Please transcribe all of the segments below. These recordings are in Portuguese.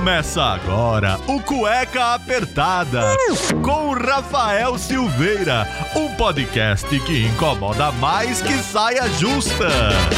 Começa agora o Cueca Apertada com o Rafael Silveira, um podcast que incomoda mais que saia justa.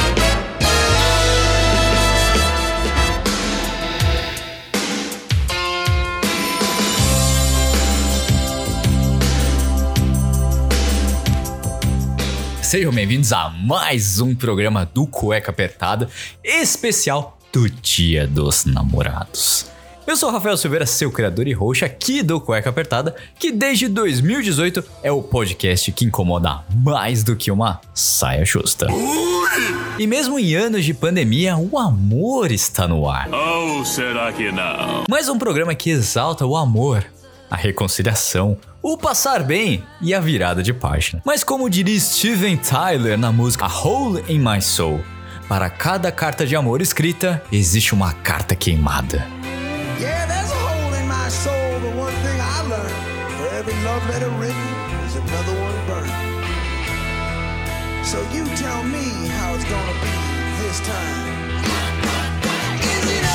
Sejam bem-vindos a mais um programa do Cueca Apertada, especial do Dia dos Namorados. Eu sou o Rafael Silveira, seu criador e host aqui do Cueca Apertada, que desde 2018 é o podcast que incomoda mais do que uma saia justa. E mesmo em anos de pandemia, o amor está no ar. Ou será que não? Mais um programa que exalta o amor, a reconciliação, o passar bem e a virada de página. Mas como diria Steven Tyler na música A Hole in My Soul, para cada carta de amor escrita, existe uma carta queimada. Yeah, there's a hole in my soul, but one thing I learned, for every love letter written, there's another one burned. So you tell me how it's gonna be this time. Is it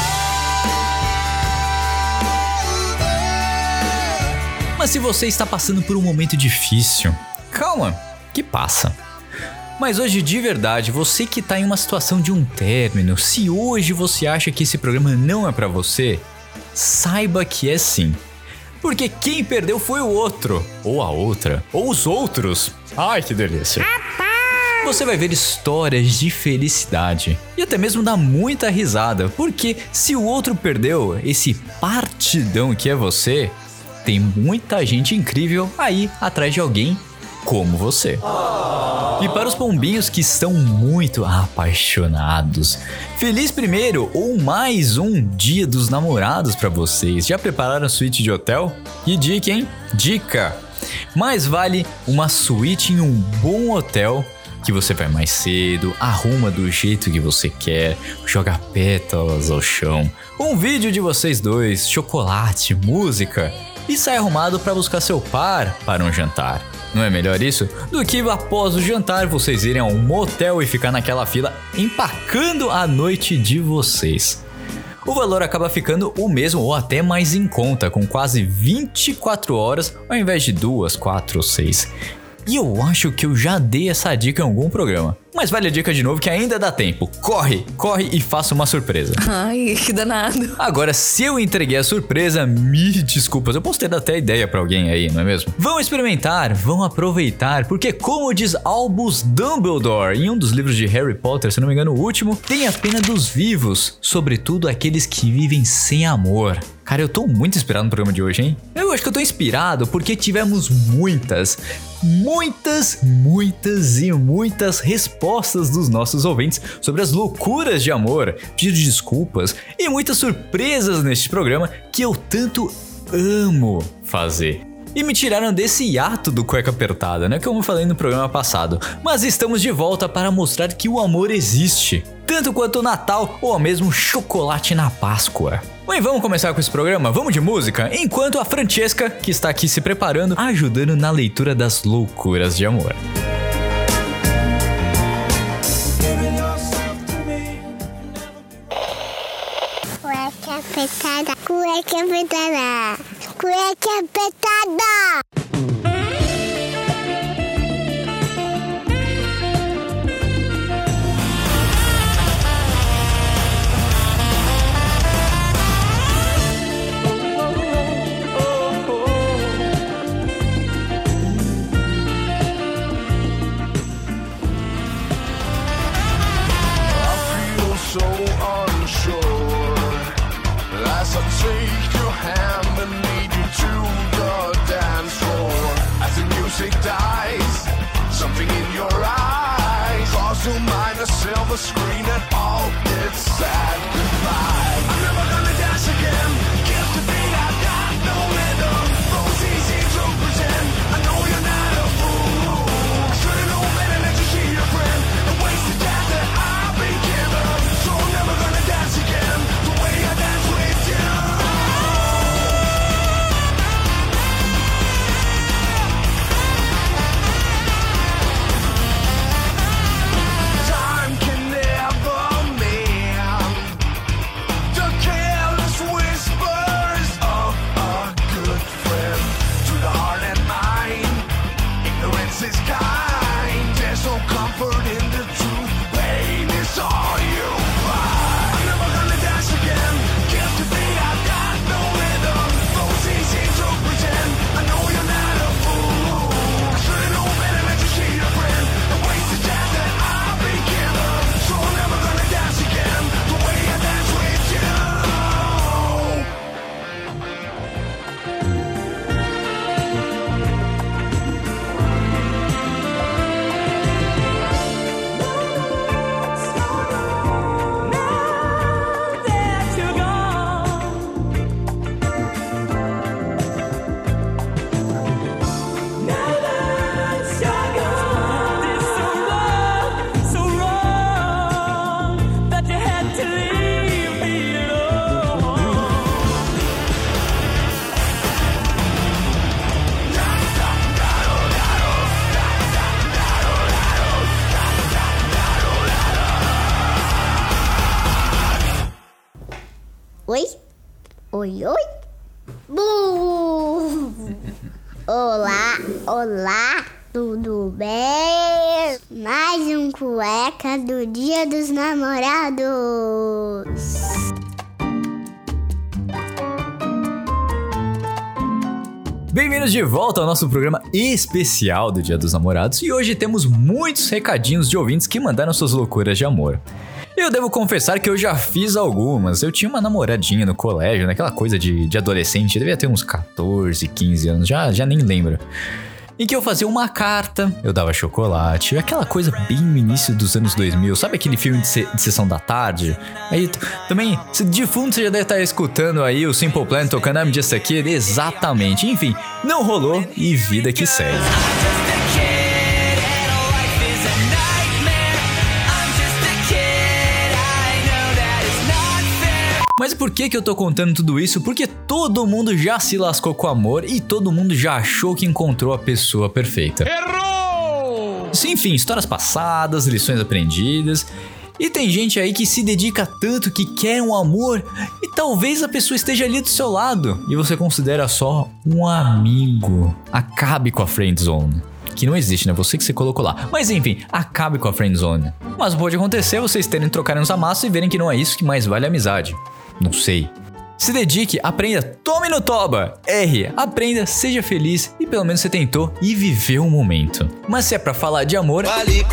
over? Mas se você está passando por um momento difícil, calma, que passa. Mas hoje, de verdade, você que está em uma situação de um término, se hoje você acha que esse programa não é pra você, saiba que é sim. Porque quem perdeu foi o outro, ou a outra, ou os outros. Ai, que delícia. Você vai ver histórias de felicidade e até mesmo dar muita risada, porque se o outro perdeu esse partidão que é você, tem muita gente incrível aí atrás de alguém como você. E para os pombinhos que estão muito apaixonados, feliz primeiro ou mais um Dia dos Namorados para vocês. Já prepararam a suíte de hotel? Que dica, hein? Dica! Mais vale uma suíte em um bom hotel, que você vai mais cedo, arruma do jeito que você quer, joga pétalas ao chão, um vídeo de vocês dois, chocolate, música, e sai arrumado para buscar seu par para um jantar. Não é melhor isso do que após o jantar vocês irem a um motel e ficar naquela fila empacando a noite de vocês? O valor acaba ficando o mesmo ou até mais em conta, com quase 24 horas ao invés de 2, 4 ou 6. E eu acho que eu já dei essa dica em algum programa. Mas vale a dica de novo que ainda dá tempo. Corre e faça uma surpresa. Ai, que danado. Agora, se eu entreguei a surpresa, me desculpas. Eu posso ter dado até ideia pra alguém aí, não é mesmo? Vão experimentar, vão aproveitar, porque como diz Albus Dumbledore em um dos livros de Harry Potter, se não me engano o último, tem a pena dos vivos, sobretudo aqueles que vivem sem amor. Cara, eu tô muito inspirado no programa de hoje, hein? Eu acho que eu tô inspirado porque tivemos muitas respostas dos nossos ouvintes sobre as loucuras de amor, pedidos de desculpas e muitas surpresas neste programa que eu tanto amo fazer. E me tiraram desse hiato do Cueca Apertada, né? Como eu falei no programa passado. Mas estamos de volta para mostrar que o amor existe, tanto quanto o Natal ou mesmo chocolate na Páscoa. Bem, vamos começar com esse programa? Vamos de música? Enquanto a Francesca, que está aqui se preparando, ajudando na leitura das loucuras de amor. Cueca apertada, cueca apertada, cueca apertada. Take your hand and lead you to the dance floor. As the music dies, something in your eyes calls to mind a silver screen and all its sad goodbye. I'm never gonna dance again. Guess the beat I've got no rhythm. Those easy to pretend. I know you're not a fool. Should've known better than to see your friend and waste the time that I've been given. So I'm never gonna dance again the way I dance with you. Time can never mend Oi, oi. Olá, olá, tudo bem? Mais um cueca do Dia dos Namorados. Bem-vindos de volta ao nosso programa especial do Dia dos Namorados. E hoje temos muitos recadinhos de ouvintes que mandaram suas loucuras de amor. Eu devo confessar que eu já fiz algumas. Eu tinha uma namoradinha no colégio, naquela coisa de adolescente, devia ter uns 14, 15 anos, já nem lembro. Em que eu fazia uma carta, eu dava chocolate, aquela coisa bem no início dos anos 2000, sabe aquele filme de sessão da tarde? Aí também, de fundo você já deve estar escutando aí o Simple Plan tocando I'm Just a Kid, exatamente. Enfim, não rolou e vida que segue. Mas por que eu tô contando tudo isso? Porque todo mundo já se lascou com o amor e todo mundo já achou que encontrou a pessoa perfeita. Errou! Enfim, histórias passadas, lições aprendidas. E tem gente aí que se dedica tanto que quer um amor e talvez a pessoa esteja ali do seu lado e você considera só um amigo. Acabe com a friendzone. Que não existe, né? Você que se colocou lá. Mas enfim, acabe com a friendzone. Mas pode acontecer vocês terem trocarem uns amassos e verem que não é isso que mais vale a amizade. Não sei. Se dedique, aprenda, tome no toba. Erre, aprenda, seja feliz e pelo menos você tentou e viveu um momento. Mas se é pra falar de amor,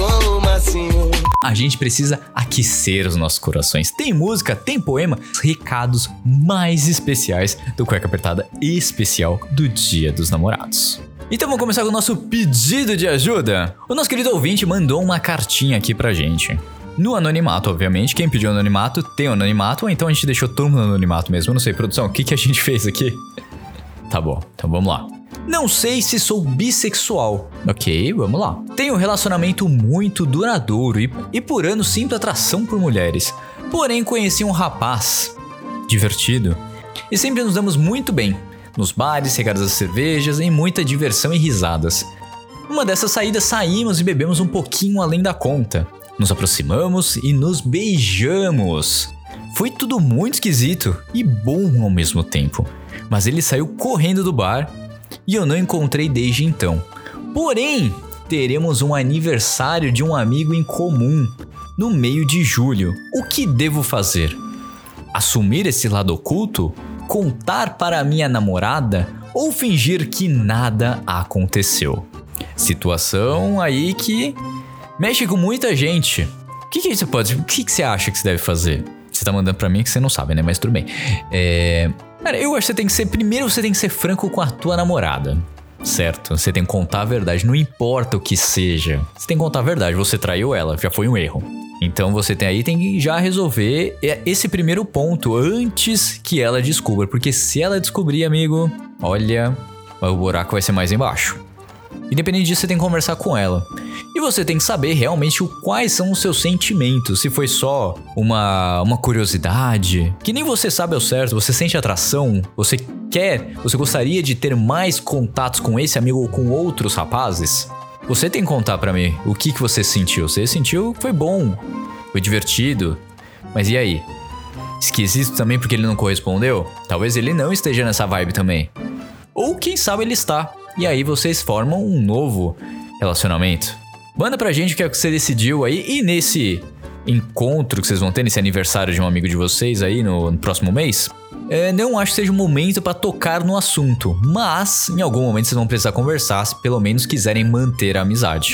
a gente precisa aquecer os nossos corações. Tem música, tem poema, recados mais especiais do Cueca Apertada especial do Dia dos Namorados. Então vamos começar com o nosso pedido de ajuda. O nosso querido ouvinte mandou uma cartinha aqui pra gente. No anonimato, obviamente. Quem pediu anonimato tem o anonimato, ou então a gente deixou todo mundo no anonimato mesmo. Eu não sei, produção, o que a gente fez aqui? Tá bom, então vamos lá. Não sei se sou bissexual. Ok, vamos lá. Tenho um relacionamento muito duradouro e por anos sinto atração por mulheres. Porém, conheci um rapaz divertido e sempre nos damos muito bem. Nos bares, regadas às cervejas, em muita diversão e risadas. Numa dessas saídas saímos e bebemos um pouquinho além da conta. Nos aproximamos e nos beijamos. Foi tudo muito esquisito e bom ao mesmo tempo. Mas ele saiu correndo do bar e eu não encontrei desde então. Porém, teremos um aniversário de um amigo em comum no meio de julho. O que devo fazer? Assumir esse lado oculto? Contar para a minha namorada? Ou fingir que nada aconteceu? Situação aí que mexe com muita gente. O que você pode... O que você acha que você deve fazer? Você tá mandando pra mim que você não sabe, né? Mas tudo bem. Cara, eu acho que você tem que ser... Primeiro você tem que ser franco com a tua namorada. Certo? Você tem que contar a verdade. Não importa o que seja. Você tem que contar a verdade. Você traiu ela. Já foi um erro. Então você tem que já resolver esse primeiro ponto antes que ela descubra. Porque se ela descobrir, amigo, olha, o buraco vai ser mais embaixo. Independente disso, você tem que conversar com ela. E você tem que saber realmente quais são os seus sentimentos. Se foi só uma curiosidade, que nem você sabe ao certo, você sente atração, você gostaria de ter mais contatos com esse amigo ou com outros rapazes. Você tem que contar pra mim o que você sentiu. Você sentiu que foi bom, foi divertido. Mas e aí? Esquisito também porque ele não correspondeu? Talvez ele não esteja nessa vibe também. Ou quem sabe ele está. E aí vocês formam um novo relacionamento. Manda pra gente o que é que você decidiu aí. E nesse encontro que vocês vão ter, nesse aniversário de um amigo de vocês aí no próximo mês, não acho que seja um momento pra tocar no assunto. Mas em algum momento vocês vão precisar conversar, se pelo menos quiserem manter a amizade.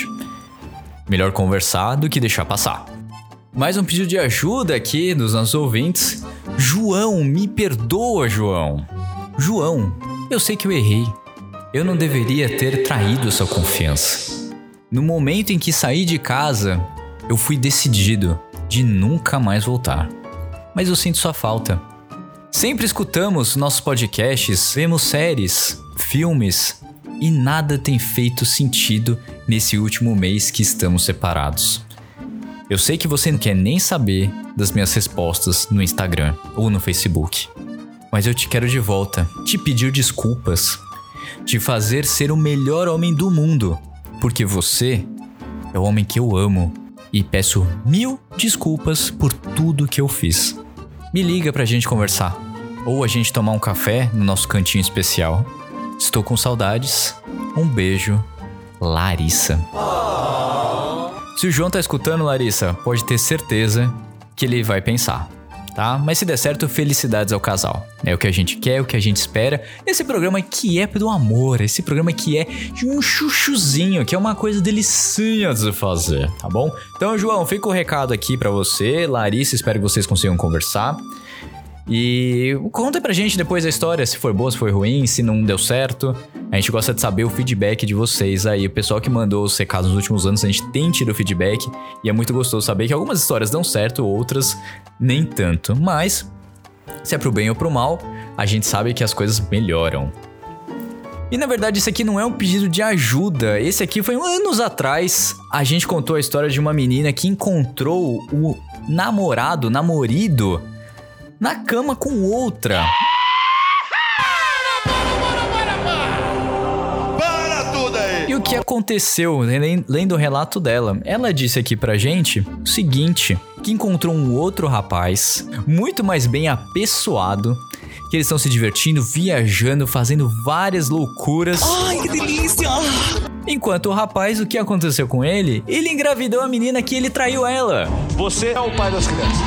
Melhor conversar do que deixar passar. Mais um pedido de ajuda aqui dos nossos ouvintes. João, me perdoa, João. João, eu sei que eu errei. Eu não deveria ter traído sua confiança. No momento em que saí de casa, eu fui decidido de nunca mais voltar. Mas eu sinto sua falta. Sempre escutamos nossos podcasts, vemos séries, filmes e nada tem feito sentido nesse último mês que estamos separados. Eu sei que você não quer nem saber das minhas respostas no Instagram ou no Facebook. Mas eu te quero de volta, te pedir desculpas. Te fazer ser o melhor homem do mundo, porque você é o homem que eu amo e peço 1000 desculpas por tudo que eu fiz. Me liga pra gente conversar. ou a gente tomar um café no nosso cantinho especial. Estou com saudades. Um beijo, Larissa. Se o João tá escutando, Larissa, pode ter certeza que ele vai pensar, tá? Mas se der certo, felicidades ao casal. É o que a gente quer, o que a gente espera. Esse programa que é do amor, esse programa que é de um chuchuzinho, que é uma coisa delicinha de fazer, tá bom? Então, João, fica o recado aqui pra você. Larissa, espero que vocês consigam conversar. E conta pra gente depois a história, se foi boa, se foi ruim, se não deu certo. A gente gosta de saber o feedback de vocês aí. O pessoal que mandou os recados nos últimos anos, a gente tem tido feedback. E é muito gostoso saber que algumas histórias dão certo, outras nem tanto. Mas, se é pro bem ou pro mal, a gente sabe que as coisas melhoram. E na verdade isso aqui não é um pedido de ajuda. Esse aqui foi anos atrás. A gente contou a história de uma menina que encontrou o namorido na cama com outra. Para tudo aí! E o que aconteceu, lendo o relato dela? Ela disse aqui pra gente o seguinte, que encontrou um outro rapaz, muito mais bem apessoado, que eles estão se divertindo, viajando, fazendo várias loucuras. Ai, que delícia! Enquanto o rapaz, o que aconteceu com ele? Ele engravidou a menina que ele traiu ela. Você é o pai das crianças.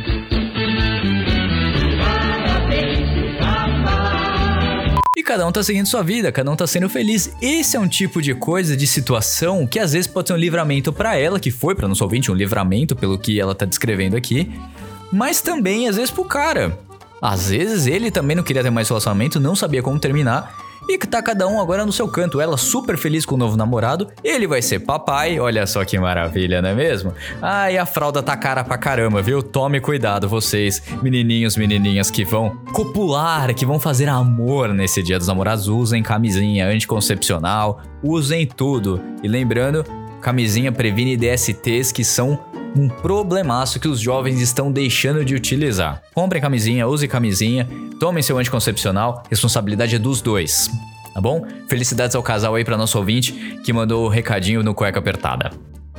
E cada um tá seguindo sua vida, cada um tá sendo feliz. Esse é um tipo de coisa, de situação, que às vezes pode ser um livramento pra ela, que foi pra nosso ouvinte um livramento, pelo que ela tá descrevendo aqui. Mas também, às vezes, pro cara. Às vezes ele também não queria ter mais relacionamento, não sabia como terminar. E tá cada um agora no seu canto. Ela super feliz com o novo namorado. Ele vai ser papai. Olha só que maravilha, não é mesmo? Ah, e a fralda tá cara pra caramba, viu? Tome cuidado vocês, menininhos, menininhas que vão copular, que vão fazer amor nesse dia dos namorados. Usem camisinha anticoncepcional, usem tudo. E lembrando, camisinha previne DSTs, que são um problemaço que os jovens estão deixando de utilizar. Comprem camisinha, use camisinha, tomem seu anticoncepcional, responsabilidade é dos dois, tá bom? Felicidades ao casal aí pra nosso ouvinte que mandou o recadinho no Cueca Apertada.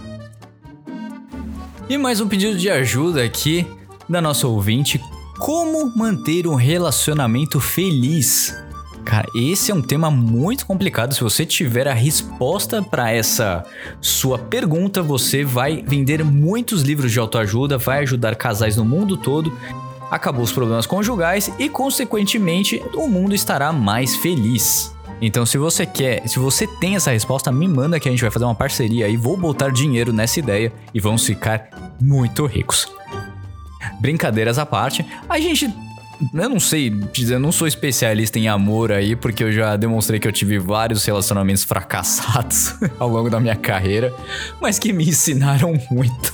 E mais um pedido de ajuda aqui da nossa ouvinte: como manter um relacionamento feliz? Cara, esse é um tema muito complicado. Se você tiver a resposta para essa sua pergunta, você vai vender muitos livros de autoajuda, vai ajudar casais no mundo todo, acabou os problemas conjugais e, consequentemente, o mundo estará mais feliz. Então, se você tem essa resposta, me manda que a gente vai fazer uma parceria aí, vou botar dinheiro nessa ideia e vamos ficar muito ricos. Brincadeiras à parte, eu não sei dizer, eu não sou especialista em amor aí, porque eu já demonstrei que eu tive vários relacionamentos fracassados ao longo da minha carreira, mas que me ensinaram muito.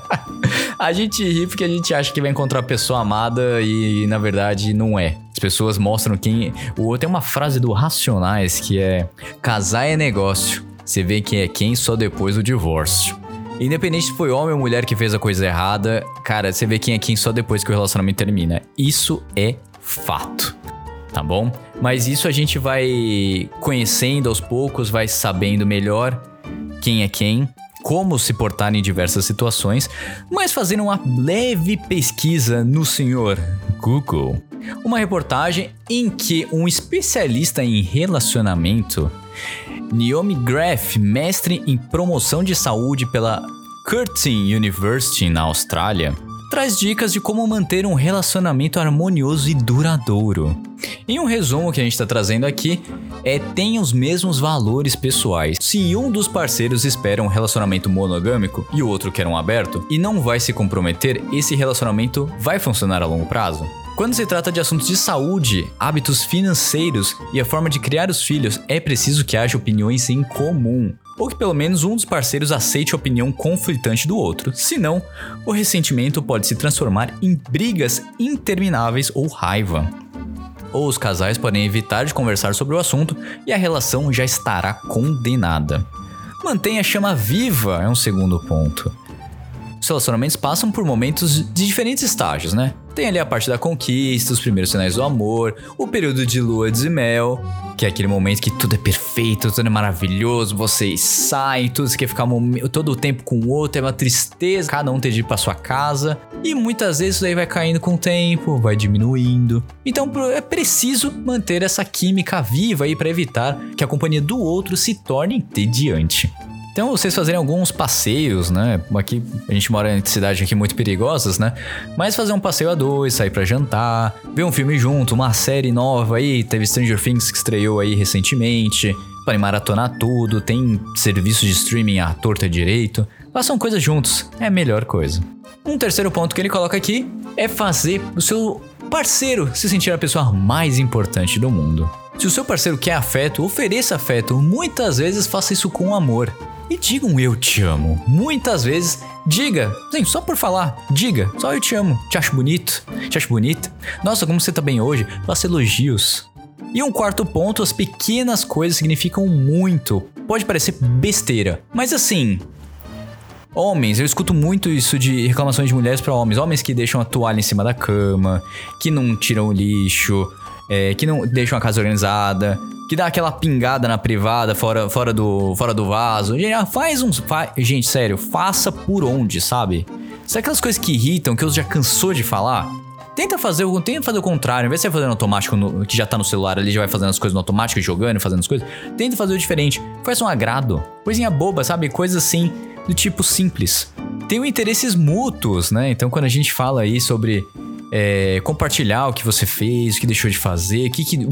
A gente ri porque a gente acha que vai encontrar a pessoa amada e, na verdade, não é. As pessoas mostram quem... Tem uma frase do Racionais que é: casar é negócio, você vê quem é quem só depois do divórcio. Independente se foi homem ou mulher que fez a coisa errada, cara, você vê quem é quem só depois que o relacionamento termina. Isso é fato, tá bom? Mas isso a gente vai conhecendo aos poucos, vai sabendo melhor quem é quem, como se portar em diversas situações, mas fazendo uma leve pesquisa no senhor Google, uma reportagem em que um especialista em relacionamento, Naomi Graff, mestre em promoção de saúde pela Curtin University na Austrália, traz dicas de como manter um relacionamento harmonioso e duradouro. Em um resumo que a gente está trazendo aqui, tenha os mesmos valores pessoais. Se um dos parceiros espera um relacionamento monogâmico e o outro quer um aberto e não vai se comprometer, esse relacionamento vai funcionar a longo prazo? Quando se trata de assuntos de saúde, hábitos financeiros e a forma de criar os filhos, é preciso que haja opiniões em comum, ou que pelo menos um dos parceiros aceite a opinião conflitante do outro. Senão, o ressentimento pode se transformar em brigas intermináveis ou raiva. Ou os casais podem evitar de conversar sobre o assunto e a relação já estará condenada. Mantenha a chama viva é um segundo ponto. Os relacionamentos passam por momentos de diferentes estágios, né? Tem ali a parte da conquista, os primeiros sinais do amor, o período de lua de mel. que é aquele momento que tudo é perfeito, tudo é maravilhoso, vocês saem, tudo, você quer ficar todo o tempo com o outro, é uma tristeza, cada um ter de ir pra sua casa. E muitas vezes isso aí vai caindo com o tempo, vai diminuindo. Então é preciso manter essa química viva aí para evitar que a companhia do outro se torne entediante. Então vocês fazerem alguns passeios, né? Aqui a gente mora em cidades aqui muito perigosas, né? Mas fazer um passeio a dois, sair pra jantar, ver um filme junto, uma série nova aí, teve Stranger Things que estreou aí recentemente, podem maratonar tudo, tem serviços de streaming à torta e direito. Façam coisas juntos, é a melhor coisa. Um terceiro ponto que ele coloca aqui é fazer o seu parceiro se sentir a pessoa mais importante do mundo. Se o seu parceiro quer afeto, ofereça afeto, muitas vezes faça isso com amor. E diga um eu te amo. Muitas vezes, diga, sim, só por falar, diga, só eu te amo, te acho bonito, te acho bonita. Nossa, como você tá bem hoje, faça elogios. E um quarto ponto, as pequenas coisas significam muito. Pode parecer besteira, mas assim, homens, eu escuto muito isso de reclamações de mulheres para homens. Homens que deixam a toalha em cima da cama, que não tiram o lixo, que não deixam a casa organizada, que dá aquela pingada na privada fora do vaso. Gente, sério, faça por onde, sabe? Sabe aquelas coisas que irritam, que você já cansou de falar? Tenta fazer o contrário. Ao invés de você fazer no automático, que já tá no celular ali, já vai fazendo as coisas no automático, jogando, fazendo as coisas. Tenta fazer o diferente. Faz um agrado. Coisinha boba, sabe? Coisas assim, do tipo simples. Tem interesses mútuos, né? Então quando a gente fala aí sobre compartilhar o que você fez, o que deixou de fazer,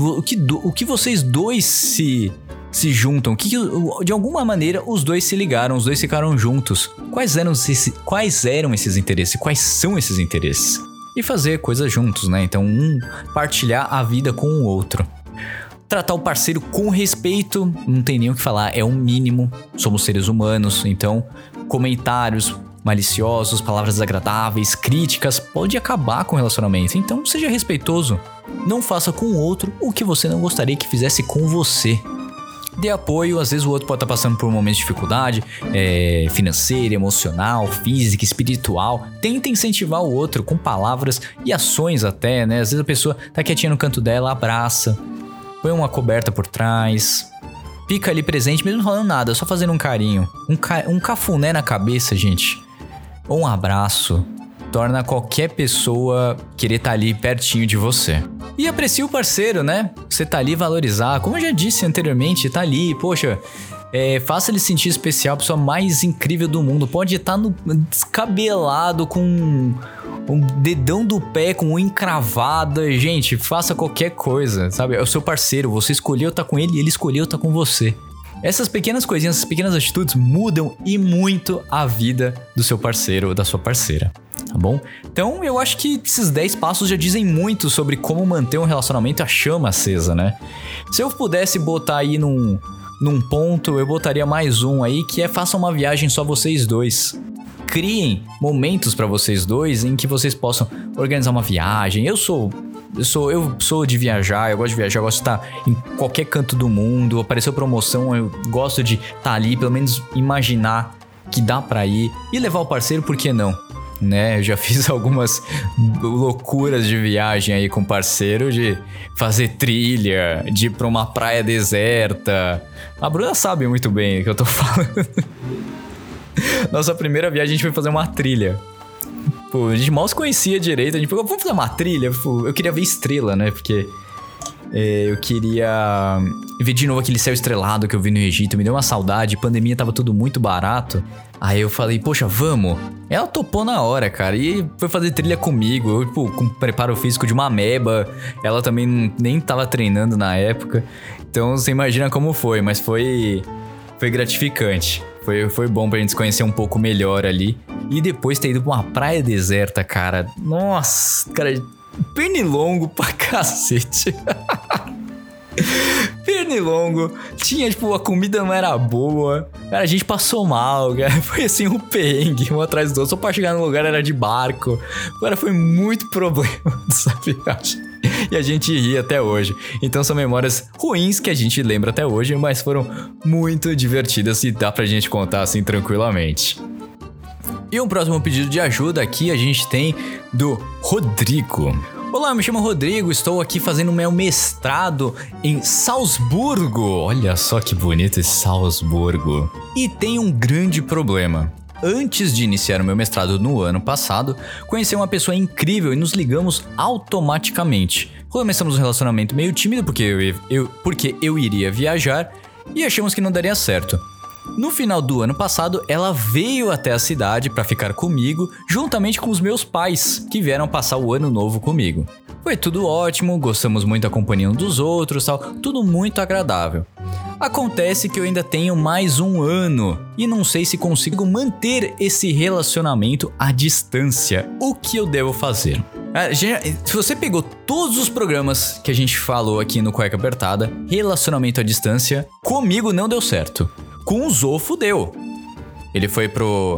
o que vocês dois se juntam, de alguma maneira os dois se ligaram, os dois ficaram juntos. Quais eram esses interesses? Quais são esses interesses? E fazer coisas juntos, né? Então partilhar a vida com o outro. Tratar o parceiro com respeito, não tem nem o que falar, é um mínimo. Somos seres humanos, então comentários maliciosos, palavras desagradáveis, críticas, pode acabar com o relacionamento. Então seja respeitoso. Não faça com o outro o que você não gostaria que fizesse com você. Dê apoio, às vezes o outro pode estar passando por um momento de dificuldade financeira, emocional, física, espiritual. Tenta incentivar o outro com palavras e ações até, né? Às vezes a pessoa tá quietinha no canto dela, abraça, põe uma coberta por trás, fica ali presente, mesmo não falando nada, só fazendo um carinho. Um cafuné na cabeça, gente, ou um abraço, torna qualquer pessoa querer estar ali pertinho de você. E aprecie o parceiro, né? Você tá ali valorizar, como eu já disse anteriormente, tá ali, poxa, faça ele sentir especial, a pessoa mais incrível do mundo. Pode estar descabelado com um dedão do pé, com unha encravada. Gente, faça qualquer coisa, sabe? É o seu parceiro, você escolheu estar com ele e ele escolheu estar com você. Essas pequenas coisinhas, essas pequenas atitudes mudam e muito a vida do seu parceiro ou da sua parceira, tá bom? Então eu acho que esses 10 passos já dizem muito sobre como manter um relacionamento a chama acesa, né? Se eu pudesse botar aí num ponto, eu botaria mais um aí, que é façam uma viagem só vocês dois. Criem momentos pra vocês dois em que vocês possam organizar uma viagem. Eu sou de viajar, eu gosto de viajar, eu gosto de estar em qualquer canto do mundo. Apareceu promoção, eu gosto de estar ali, pelo menos imaginar que dá pra ir. E levar o parceiro, por que não? Né? Eu já fiz algumas loucuras de viagem aí com parceiro, de fazer trilha, de ir pra uma praia deserta. A Bruna sabe muito bem o que eu tô falando. Nossa primeira viagem a gente foi fazer uma trilha. Pô, a gente mal se conhecia direito. A gente falou, vamos fazer uma trilha? Eu queria ver estrela, né? Porque eu queria ver de novo aquele céu estrelado que eu vi no Egito. Me deu uma saudade, pandemia tava tudo muito barato. Aí eu falei, poxa, vamos. Ela topou na hora, cara, e foi fazer trilha comigo. Eu, com preparo físico de uma ameba. Ela também nem tava treinando na época. Então você imagina como foi, mas foi gratificante. Foi bom pra gente se conhecer um pouco melhor ali. E depois ter ido pra uma praia deserta, cara. Nossa, cara, pernilongo pra cacete. Pernilongo. Tinha, tipo, a comida não era boa. Cara, a gente passou mal, cara. Foi assim um perrengue, um atrás do outro. Só pra chegar no lugar era de barco. Cara, foi muito problema dessa viagem. E a gente ri até hoje. Então são memórias ruins que a gente lembra até hoje, mas foram muito divertidas e dá pra gente contar assim tranquilamente. E um próximo pedido de ajuda aqui a gente tem do Rodrigo. Olá, me chamo Rodrigo, estou aqui fazendo meu mestrado em Salzburgo. Olha só que bonito esse Salzburgo. E tem um grande problema. Antes de iniciar o meu mestrado no ano passado, conheci uma pessoa incrível e nos ligamos automaticamente. Começamos um relacionamento meio tímido porque eu iria viajar e achamos que não daria certo. No final do ano passado, ela veio até a cidade para ficar comigo, juntamente com os meus pais, que vieram passar o ano novo comigo. Foi tudo ótimo, gostamos muito da companhia um dos outros, tal, tudo muito agradável. Acontece que eu ainda tenho mais um ano e não sei se consigo manter esse relacionamento à distância. O que eu devo fazer? Se você pegou todos os programas que a gente falou aqui no Cueca Apertada, relacionamento à distância, comigo não deu certo. Com o Zofo deu. Ele foi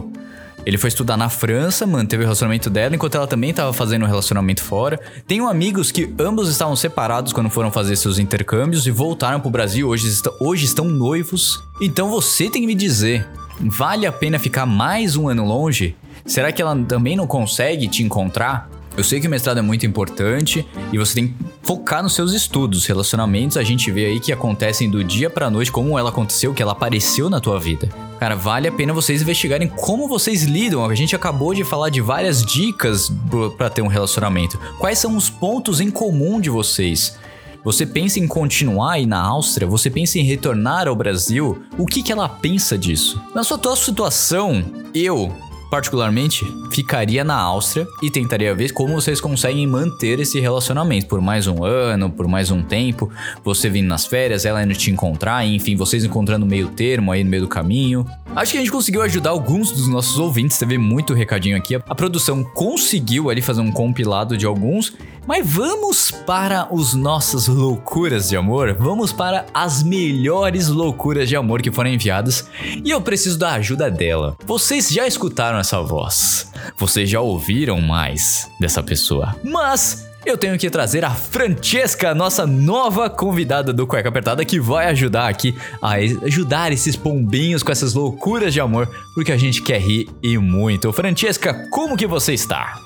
estudar na França, manteve o relacionamento dela, enquanto ela também estava fazendo um relacionamento fora. Tenho amigos que ambos estavam separados quando foram fazer seus intercâmbios e voltaram pro Brasil, hoje estão noivos. Então você tem que me dizer, vale a pena ficar mais um ano longe? Será que ela também não consegue te encontrar? Eu sei que o mestrado é muito importante e você tem que focar nos seus estudos. Relacionamentos a gente vê aí que acontecem do dia pra noite, como ela aconteceu, que ela apareceu na tua vida. Cara, vale a pena vocês investigarem como vocês lidam. A gente acabou de falar de várias dicas pra ter um relacionamento. Quais são os pontos em comum de vocês? Você pensa em continuar aí na Áustria? Você pensa em retornar ao Brasil? O que ela pensa disso? Na sua atual situação, eu particularmente, ficaria na Áustria e tentaria ver como vocês conseguem manter esse relacionamento por mais um ano, por mais um tempo, você vindo nas férias, ela indo te encontrar, enfim, vocês encontrando meio termo aí no meio do caminho. Acho que a gente conseguiu ajudar alguns dos nossos ouvintes, teve muito recadinho aqui, a produção conseguiu ali fazer um compilado de alguns, mas vamos para os nossas loucuras de amor, vamos para as melhores loucuras de amor que foram enviadas e eu preciso da ajuda dela. Vocês já escutaram essa voz? Vocês já ouviram mais dessa pessoa? Mas eu tenho que trazer a Francesca, nossa nova convidada do Cueca Apertada, que vai ajudar aqui a ajudar esses pombinhos com essas loucuras de amor, porque a gente quer rir e muito. Francesca, como que você está?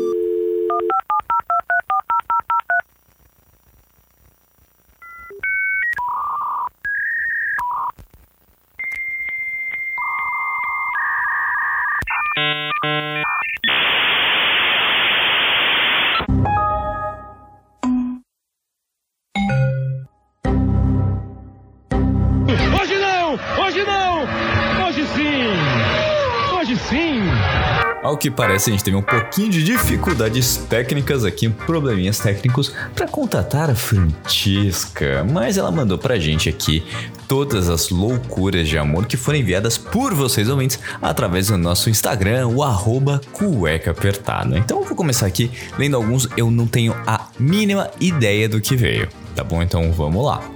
Ao que parece, a gente teve um pouquinho de dificuldades técnicas aqui, probleminhas técnicos para contatar a Francesca, mas ela mandou pra gente aqui todas as loucuras de amor que foram enviadas por vocês ouvintes através do nosso Instagram, o @cuecaApertada. Então eu vou começar aqui lendo alguns, eu não tenho a mínima ideia do que veio, tá bom? Então vamos lá.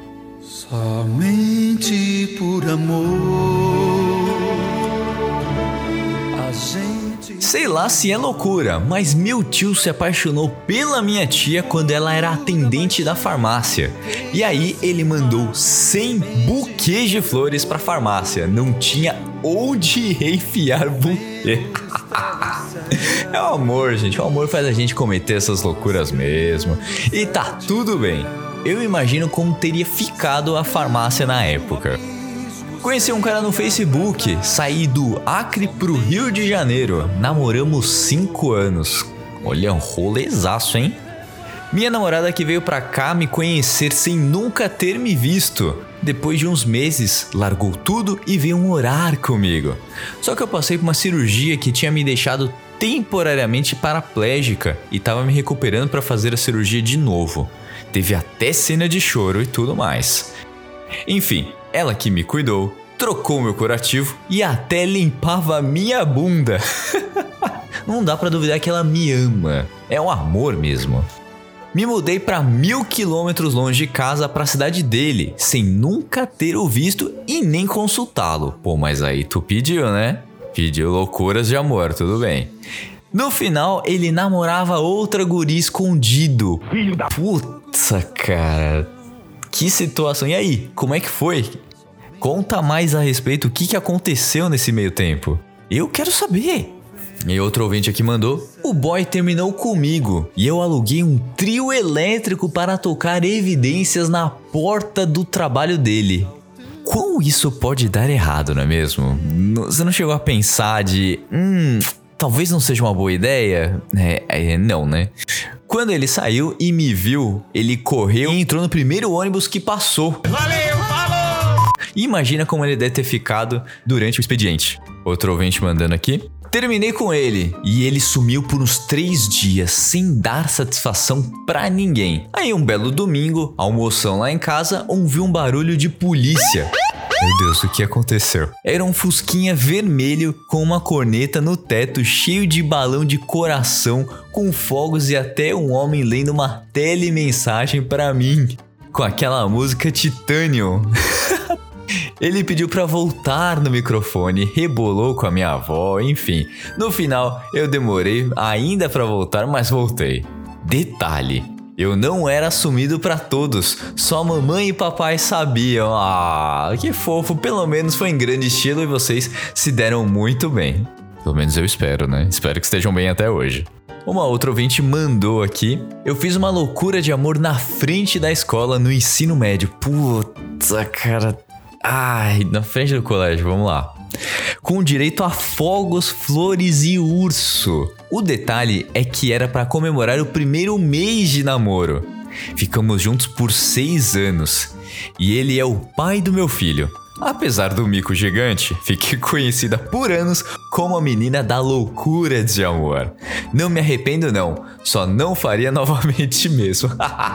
Somente por amor a gente... Sei lá se é loucura, mas meu tio se apaixonou pela minha tia quando ela era atendente da farmácia. E aí ele mandou 100 buquês de flores pra farmácia. Não tinha onde enfiar buquê. É o amor, gente. O amor faz a gente cometer essas loucuras mesmo. E tá tudo bem. Eu imagino como teria ficado a farmácia na época. Conheci um cara no Facebook, saí do Acre pro Rio de Janeiro, namoramos 5 anos. Olha, um rolezaço, hein? Minha namorada que veio pra cá me conhecer sem nunca ter me visto. Depois de uns meses, largou tudo e veio morar comigo. Só que eu passei por uma cirurgia que tinha me deixado temporariamente paraplégica e tava me recuperando pra fazer a cirurgia de novo. Teve até cena de choro e tudo mais. Enfim, ela que me cuidou, trocou meu curativo e até limpava a minha bunda. Não dá pra duvidar que ela me ama. É um amor mesmo. Me mudei pra 1000 quilômetros longe de casa pra cidade dele, sem nunca ter o visto e nem consultá-lo. Pô, mas aí tu pediu, né? Pediu loucuras de amor, tudo bem. No final, ele namorava outra guria escondido. Putz, cara... Que situação. E aí, como é que foi? Conta mais a respeito, o que aconteceu nesse meio tempo? Eu quero saber. E outro ouvinte aqui mandou: o boy terminou comigo e eu aluguei um trio elétrico para tocar evidências na porta do trabalho dele. Como isso pode dar errado, não é mesmo? Você não chegou a pensar de... talvez não seja uma boa ideia? Não, né? Quando ele saiu e me viu, ele correu e entrou no primeiro ônibus que passou. Valeu, falou! Imagina como ele deve ter ficado durante o expediente. Outro ouvinte mandando aqui: terminei com ele e ele sumiu por uns 3 dias sem dar satisfação pra ninguém. Aí um belo domingo, almoção lá em casa, ouvi um barulho de polícia. Meu Deus, o que aconteceu? Era um fusquinha vermelho com uma corneta no teto, cheio de balão de coração, com fogos e até um homem lendo uma telemensagem pra mim, com aquela música Titanium. Ele pediu pra voltar no microfone, rebolou com a minha avó, enfim. No final, eu demorei ainda pra voltar, mas voltei. Detalhe: eu não era assumido pra todos, só mamãe e papai sabiam. Ah, que fofo, pelo menos foi em grande estilo e vocês se deram muito bem. Pelo menos eu espero, né? Espero que estejam bem até hoje. Uma outra ouvinte mandou aqui: eu fiz uma loucura de amor na frente da escola no ensino médio. Puta, cara. Ai, na frente do colégio, vamos lá. Com direito a fogos, flores e urso. O detalhe é que era para comemorar o primeiro mês de namoro. Ficamos juntos por 6 anos. E ele é o pai do meu filho. Apesar do mico gigante, fiquei conhecida por anos como a menina da loucura de amor. Não me arrependo não, só não faria novamente mesmo.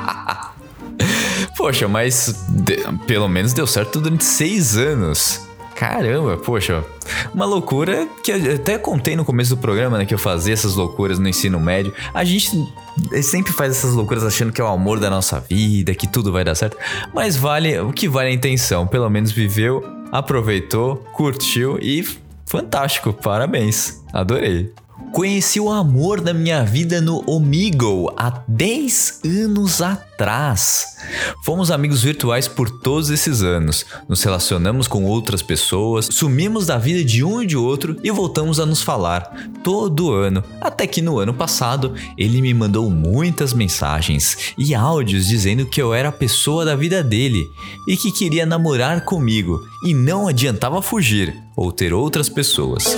Poxa, mas pelo menos deu certo durante 6 anos. Caramba, poxa, uma loucura que eu até contei no começo do programa, né, que eu fazia essas loucuras no ensino médio. A gente sempre faz essas loucuras achando que é o amor da nossa vida, que tudo vai dar certo. Mas o que vale a intenção, pelo menos viveu, aproveitou, curtiu e fantástico, parabéns, adorei. Conheci o amor da minha vida no Omegle há 10 anos atrás. Fomos amigos virtuais por todos esses anos. Nos relacionamos com outras pessoas, sumimos da vida de um e de outro e voltamos a nos falar todo ano. Até que no ano passado, ele me mandou muitas mensagens e áudios dizendo que eu era a pessoa da vida dele e que queria namorar comigo e não adiantava fugir ou ter outras pessoas.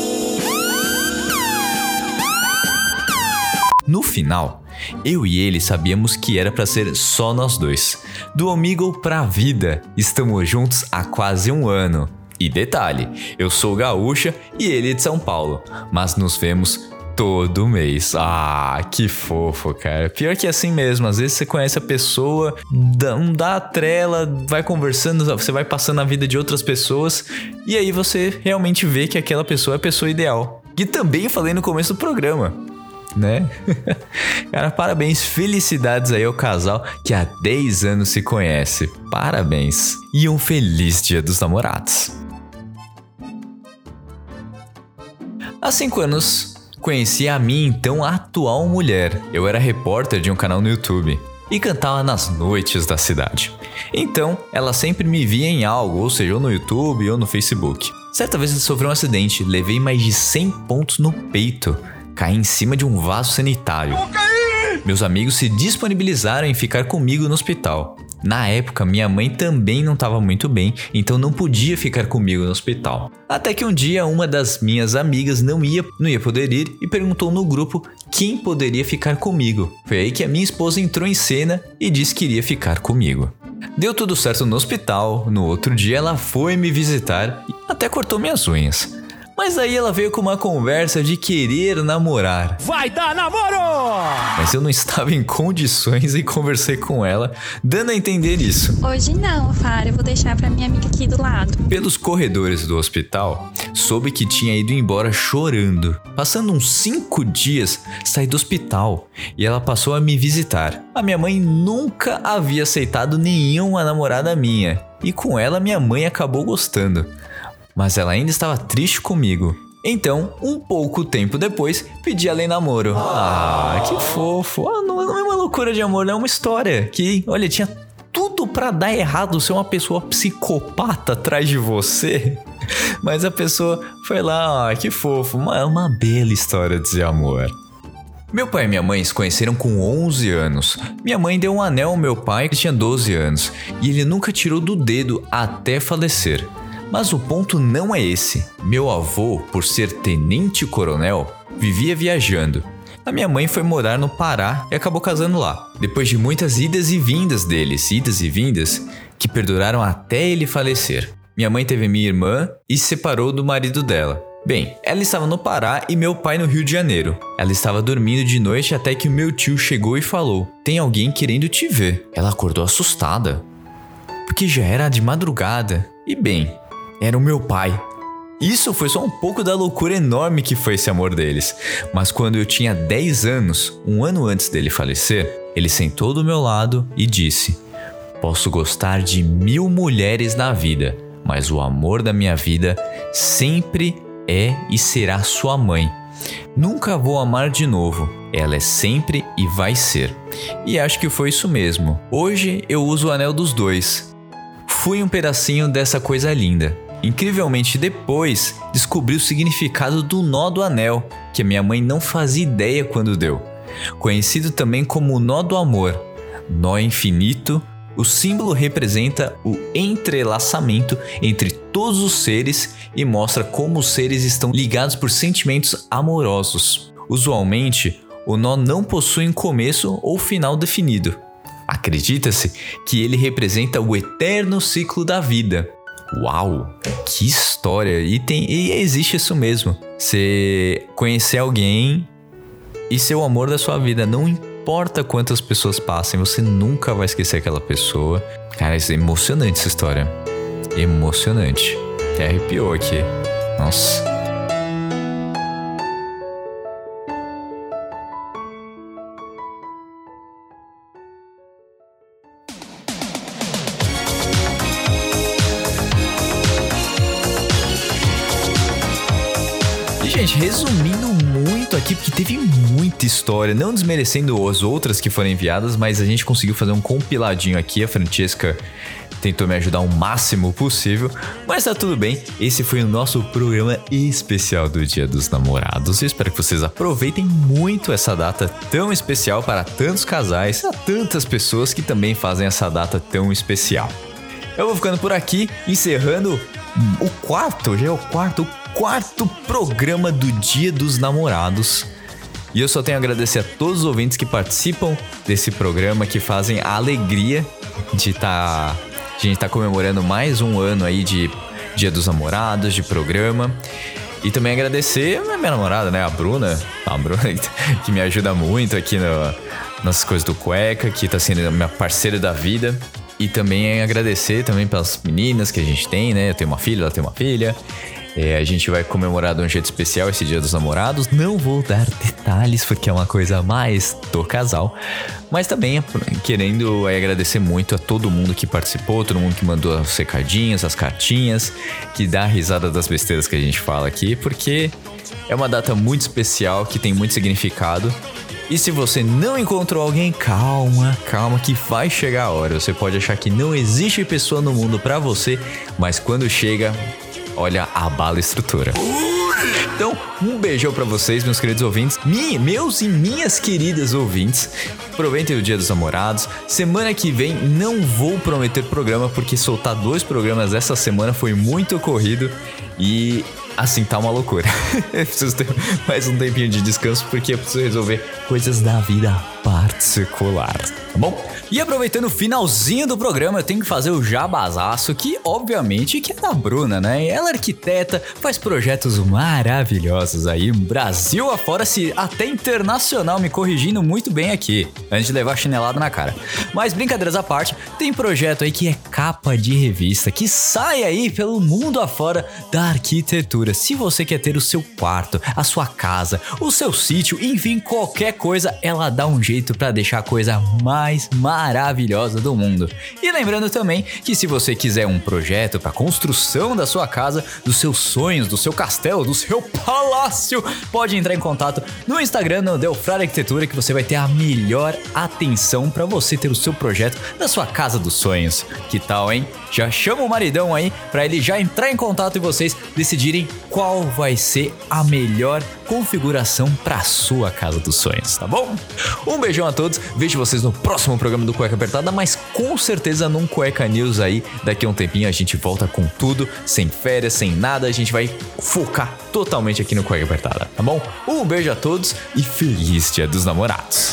No final, eu e ele sabíamos que era pra ser só nós dois. Do Omegle pra vida, estamos juntos há quase 1 ano. E detalhe, eu sou gaúcha e ele é de São Paulo, mas nos vemos todo mês. Ah, que fofo, cara. Pior que é assim mesmo, às vezes você conhece a pessoa, dá a trela, vai conversando, você vai passando a vida de outras pessoas e aí você realmente vê que aquela pessoa é a pessoa ideal. E também falei no começo do programa, né? Cara, parabéns, felicidades aí ao casal que há 10 anos se conhece. Parabéns e um feliz Dia dos Namorados. Há 5 anos conheci a minha então atual mulher. Eu era repórter de um canal no YouTube e cantava nas noites da cidade. Então, ela sempre me via em algo, ou seja, ou no YouTube ou no Facebook. Certa vez eu sofri um acidente, levei mais de 100 pontos no peito. Caí em cima de um vaso sanitário. Meus amigos se disponibilizaram em ficar comigo no hospital. Na época, minha mãe também não estava muito bem, então não podia ficar comigo no hospital. Até que um dia, uma das minhas amigas não ia poder ir e perguntou no grupo quem poderia ficar comigo. Foi aí que a minha esposa entrou em cena e disse que iria ficar comigo. Deu tudo certo no hospital, no outro dia ela foi me visitar e até cortou minhas unhas. Mas aí ela veio com uma conversa de querer namorar. Vai dar namoro! Mas eu não estava em condições e conversei com ela, dando a entender isso. Hoje não, Fara, eu vou deixar pra minha amiga aqui do lado. Pelos corredores do hospital, soube que tinha ido embora chorando. Passando uns 5 dias, saí do hospital e ela passou a me visitar. A minha mãe nunca havia aceitado nenhuma namorada minha e com ela minha mãe acabou gostando. Mas ela ainda estava triste comigo. Então, um pouco tempo depois, pedi ela em namoro. Ah, que fofo. Não é uma loucura de amor, não é uma história que, olha, tinha tudo pra dar errado ser uma pessoa psicopata atrás de você. Mas a pessoa foi lá, que fofo, uma bela história de amor. Meu pai e minha mãe se conheceram com 11 anos. Minha mãe deu um anel ao meu pai que tinha 12 anos e ele nunca tirou do dedo até falecer. Mas o ponto não é esse. Meu avô, por ser tenente-coronel, vivia viajando. A minha mãe foi morar no Pará e acabou casando lá. Depois de muitas idas e vindas deles, que perduraram até ele falecer. Minha mãe teve minha irmã e se separou do marido dela. Bem, ela estava no Pará e meu pai no Rio de Janeiro. Ela estava dormindo de noite até que o meu tio chegou e falou: "Tem alguém querendo te ver." Ela acordou assustada, porque já era de madrugada. E bem, era o meu pai. Isso foi só um pouco da loucura enorme que foi esse amor deles. Mas quando eu tinha 10 anos, um ano antes dele falecer, ele sentou do meu lado e disse: "Posso gostar de 1000 mulheres na vida, mas o amor da minha vida sempre é e será sua mãe. Nunca vou amar de novo. Ela é sempre e vai ser." E acho que foi isso mesmo. Hoje eu uso o anel dos dois. Fui um pedacinho dessa coisa linda. Incrivelmente depois, descobri o significado do nó do anel, que a minha mãe não fazia ideia quando deu. Conhecido também como o nó do amor. Nó infinito, o símbolo representa o entrelaçamento entre todos os seres e mostra como os seres estão ligados por sentimentos amorosos. Usualmente, o nó não possui um começo ou final definido. Acredita-se que ele representa o eterno ciclo da vida. Uau, que história! E existe isso mesmo. Você conhecer alguém e ser o amor da sua vida, não importa quantas pessoas passem, você nunca vai esquecer aquela pessoa. Cara, isso é emocionante, essa história. Emocionante. Até arrepiou aqui. Nossa. Gente, resumindo muito aqui, porque teve muita história, não desmerecendo as outras que foram enviadas, mas a gente conseguiu fazer um compiladinho aqui. A Francesca tentou me ajudar o máximo possível, mas tá tudo bem. Esse foi o nosso programa especial do Dia dos Namorados. Eu espero que vocês aproveitem muito essa data tão especial para tantos casais, a tantas pessoas que também fazem essa data tão especial. Eu vou ficando por aqui, encerrando o quarto programa do Dia dos Namorados. E eu só tenho a agradecer a todos os ouvintes que participam desse programa, que fazem a alegria de a gente tá comemorando mais um ano aí de Dia dos Namorados, de programa. E também agradecer a minha namorada, né, a Bruna, que me ajuda muito aqui nas coisas do Cueca, que tá sendo a minha parceira da vida. E também agradecer também pelas meninas que a gente tem, né? Eu tenho uma filha, ela tem uma filha. A gente vai comemorar de um jeito especial esse Dia dos Namorados. Não vou dar detalhes porque é uma coisa mais do casal. Mas também querendo agradecer muito a todo mundo que participou, todo mundo que mandou os recadinhos, as cartinhas, que dá risada das besteiras que a gente fala aqui, porque é uma data muito especial que tem muito significado. E se você não encontrou alguém, calma que vai chegar a hora. Você pode achar que não existe pessoa no mundo pra você, mas quando chega, olha, abala a estrutura. Então, um beijão pra vocês, meus queridos ouvintes, meus e minhas queridas ouvintes. Aproveitem o Dia dos Namorados. Semana que vem não vou prometer programa, porque soltar 2 programas essa semana foi muito corrido e assim tá uma loucura. Eu preciso ter mais um tempinho de descanso, porque eu preciso resolver coisas da vida particular, tá bom? E aproveitando o finalzinho do programa, eu tenho que fazer o jabazaço, que obviamente que é da Bruna, né? Ela é arquiteta, faz projetos maravilhosos aí, Brasil afora, se até internacional, me corrigindo muito bem aqui, antes de levar chinelada na cara. Mas brincadeiras à parte, tem projeto aí que é capa de revista, que sai aí pelo mundo afora da arquitetura. Se você quer ter o seu quarto, a sua casa, o seu sítio, enfim, qualquer coisa, ela dá um jeito para deixar a coisa mais maravilhosa do mundo. E lembrando também que se você quiser um projeto para construção da sua casa, dos seus sonhos, do seu castelo, do seu palácio, pode entrar em contato no Instagram, no Delfrade Arquitetura, que você vai ter a melhor atenção para você ter o seu projeto da sua casa dos sonhos. Que tal, hein? Já chama o maridão aí para ele já entrar em contato e vocês decidirem qual vai ser a melhor configuração para sua casa dos sonhos, tá bom? Um beijão a todos, vejo vocês no próximo programa do Cueca Apertada, mas com certeza num Cueca News aí, daqui a um tempinho a gente volta com tudo, sem férias, sem nada, a gente vai focar totalmente aqui no Cueca Apertada, tá bom? Um beijo a todos e feliz Dia dos Namorados!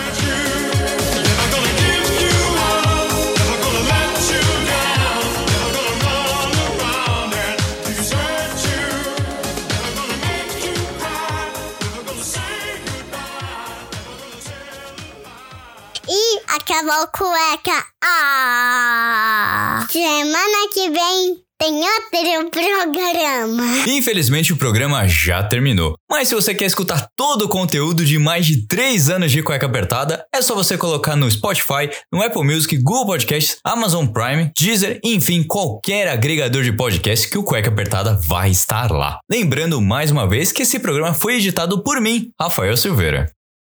Acabou cueca. Semana que vem tem outro programa. Infelizmente o programa já terminou. Mas se você quer escutar todo o conteúdo de mais de 3 anos de Cueca Apertada, é só você colocar no Spotify, no Apple Music, Google Podcasts, Amazon Prime, Deezer, enfim, qualquer agregador de podcast que o Cueca Apertada vai estar lá. Lembrando mais uma vez que esse programa foi editado por mim, Rafael Silveira.